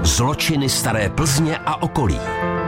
Zločiny staré Plzně a okolí.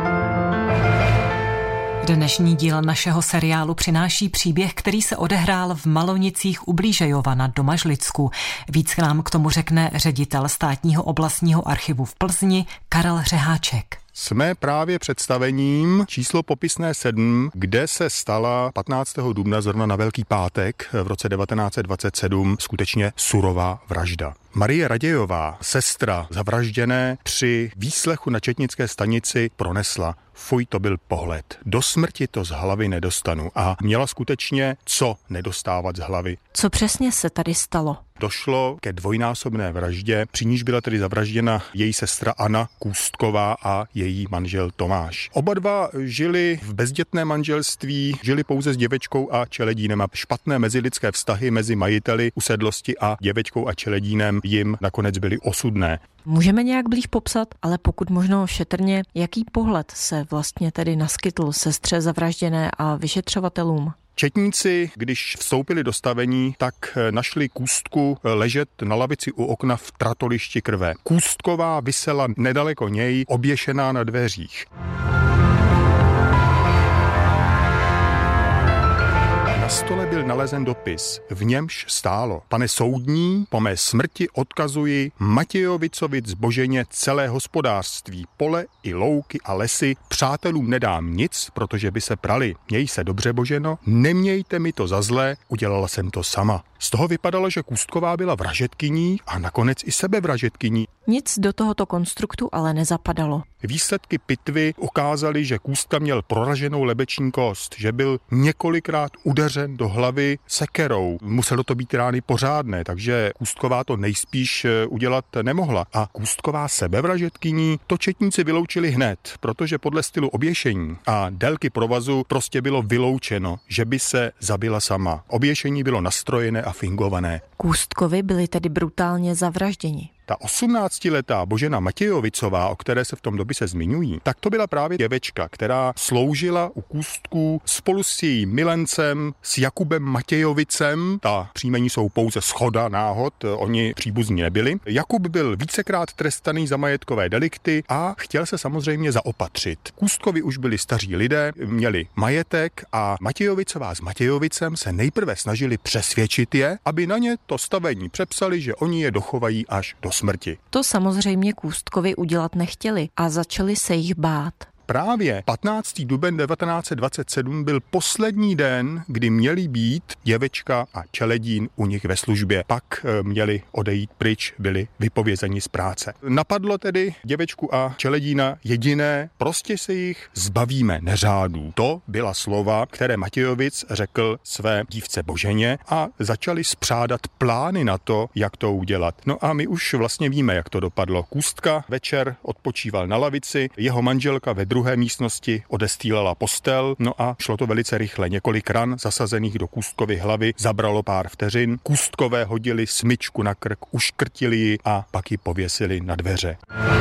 Dnešní díl našeho seriálu přináší příběh, který se odehrál v Malonicích u Blížejova na Domažlicku. Víc nám k tomu řekne ředitel Státního oblastního archivu v Plzni Karel Řeháček. Jsme právě představením číslo popisné 7, kde se stala 15. dubna zrovna na Velký pátek v roce 1927 skutečně surová vražda. Marie Radějová, sestra zavražděné, při výslechu na četnické stanici pronesla: fuj, to byl pohled. Do smrti to z hlavy nedostanu. A měla skutečně co nedostávat z hlavy. Co přesně se tady stalo? Došlo ke dvojnásobné vraždě, při níž byla tedy zavražděna její sestra Anna Kůstková a její manžel Tomáš. Oba dva žili v bezdětném manželství, žili pouze s děvečkou a čeledínem a špatné mezilidské vztahy mezi majiteli usedlosti a děvečkou a čeledínem jim nakonec byly osudné. Můžeme nějak blíž popsat, ale pokud možno šetrně, jaký pohled se vlastně tedy naskytl sestře zavražděné a vyšetřovatelům? Četníci, když vstoupili do stavení, tak našli Kůstku ležet na lavici u okna v tratolišti krve. Kůstková visela nedaleko něj, oběšená na dveřích. Na stole byl nalezen dopis, v němž stálo: pane soudní, po mé smrti odkazuji Matějovicovi zboženě celé hospodářství, pole i louky a lesy, přátelům nedám nic, protože by se prali. Měj se dobře, Boženo, nemějte mi to za zlé, udělala jsem to sama. Z toho vypadalo, že Kůstková byla vražedkyní a nakonec i sebevražedkyní. Nic do tohoto konstruktu ale nezapadalo. Výsledky pitvy ukázaly, že Kůstka měl proraženou lebeční kost, že byl několikrát udeřen do hlavy sekerou. Muselo to být rány pořádné, takže Kůstková to nejspíš udělat nemohla. A Kůstková sebevražedkyní to četníci vyloučili hned, protože podle stylu oběšení a délky provazu prostě bylo vyloučeno, že by se zabila sama. Oběšení bylo nastrojené a fingované. Kůstkovi byli tedy brutálně zavražděni. Ta 18letá Božena Matějovicová, o které se v tom dopise zmiňují, tak to byla právě děvečka, která sloužila u Kůstků spolu s jejím milencem, s Jakubem Matějovicem. Ta příjmení jsou pouze shoda náhod, oni příbuzní nebyli. Jakub byl vícekrát trestaný za majetkové delikty a chtěl se samozřejmě zaopatřit. Kůstkovi už byli staří lidé, měli majetek a Matějovicová s Matějovicem se nejprve snažili přesvědčit je, aby na ně to stavení přepsali, že oni je dochovají až do smrti. To samozřejmě Kůstkovi udělat nechtěli a začali se jich bát. Právě 15. duben 1927 byl poslední den, kdy měli být děvečka a čeledín u nich ve službě. Pak měli odejít pryč, byli vypovězeni z práce. Napadlo tedy děvečku a čeledína jediné: prostě se jich zbavíme neřádů. To byla slova, které Matějovic řekl své dívce Boženě a začali spřádat plány na to, jak to udělat. No a my už vlastně víme, jak to dopadlo. Kůstka večer odpočíval na lavici, jeho manželka ve druhé místnosti odestýlala postel, no a šlo to velice rychle. Několik ran zasazených do Kůstkovy hlavy zabralo pár vteřin. Kůstkové hodili smyčku na krk, uškrtili ji a pak ji pověsili na dveře.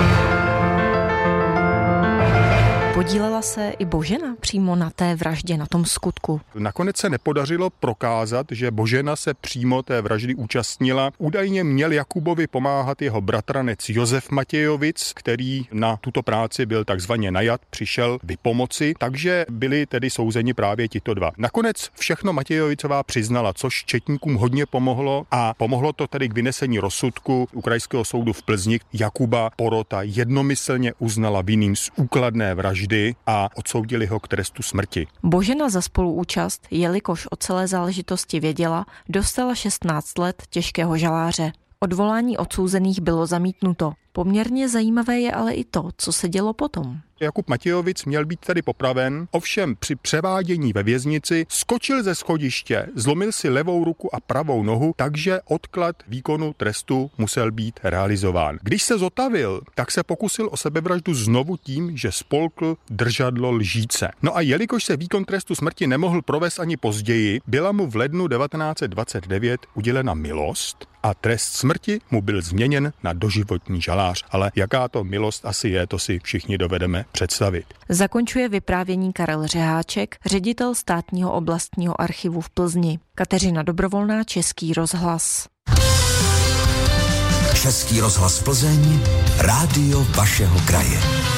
Podílela se i Božena přímo na té vraždě, na tom skutku? Nakonec se nepodařilo prokázat, že Božena se přímo té vraždy účastnila. Údajně měl Jakubovi pomáhat jeho bratranec Josef Matějovic, který na tuto práci byl takzvaně najat, přišel vypomoci, takže byli tedy souzeni právě tito dva. Nakonec všechno Matějovicová přiznala, což četníkům hodně pomohlo a pomohlo to tedy k vynesení rozsudku u Krajského soudu v Plzni. Jakuba porota jednomyslně uznala vinným z úkladné vraždy a odsoudili ho k trestu smrti. Božena za spoluúčast, jelikož o celé záležitosti věděla, dostala 16 let těžkého žaláře. Odvolání odsouzených bylo zamítnuto. Poměrně zajímavé je ale i to, co se dělo potom. Jakub Matějovic měl být tady popraven, ovšem při převádění ve věznici skočil ze schodiště, zlomil si levou ruku a pravou nohu, takže odklad výkonu trestu musel být realizován. Když se zotavil, tak se pokusil o sebevraždu znovu tím, že spolkl držadlo lžíce. No a jelikož se výkon trestu smrti nemohl provést ani později, byla mu v lednu 1929 udělena milost a trest smrti mu byl změněn na doživotní žalář. Ale jaká to milost asi je, to si všichni dovedeme představit. Zakončuje vyprávění Karel Řeháček, ředitel Státního oblastního archivu v Plzni. Kateřina Dobrovolná, Český rozhlas. Český rozhlas Plzeň, rádio vašeho kraje.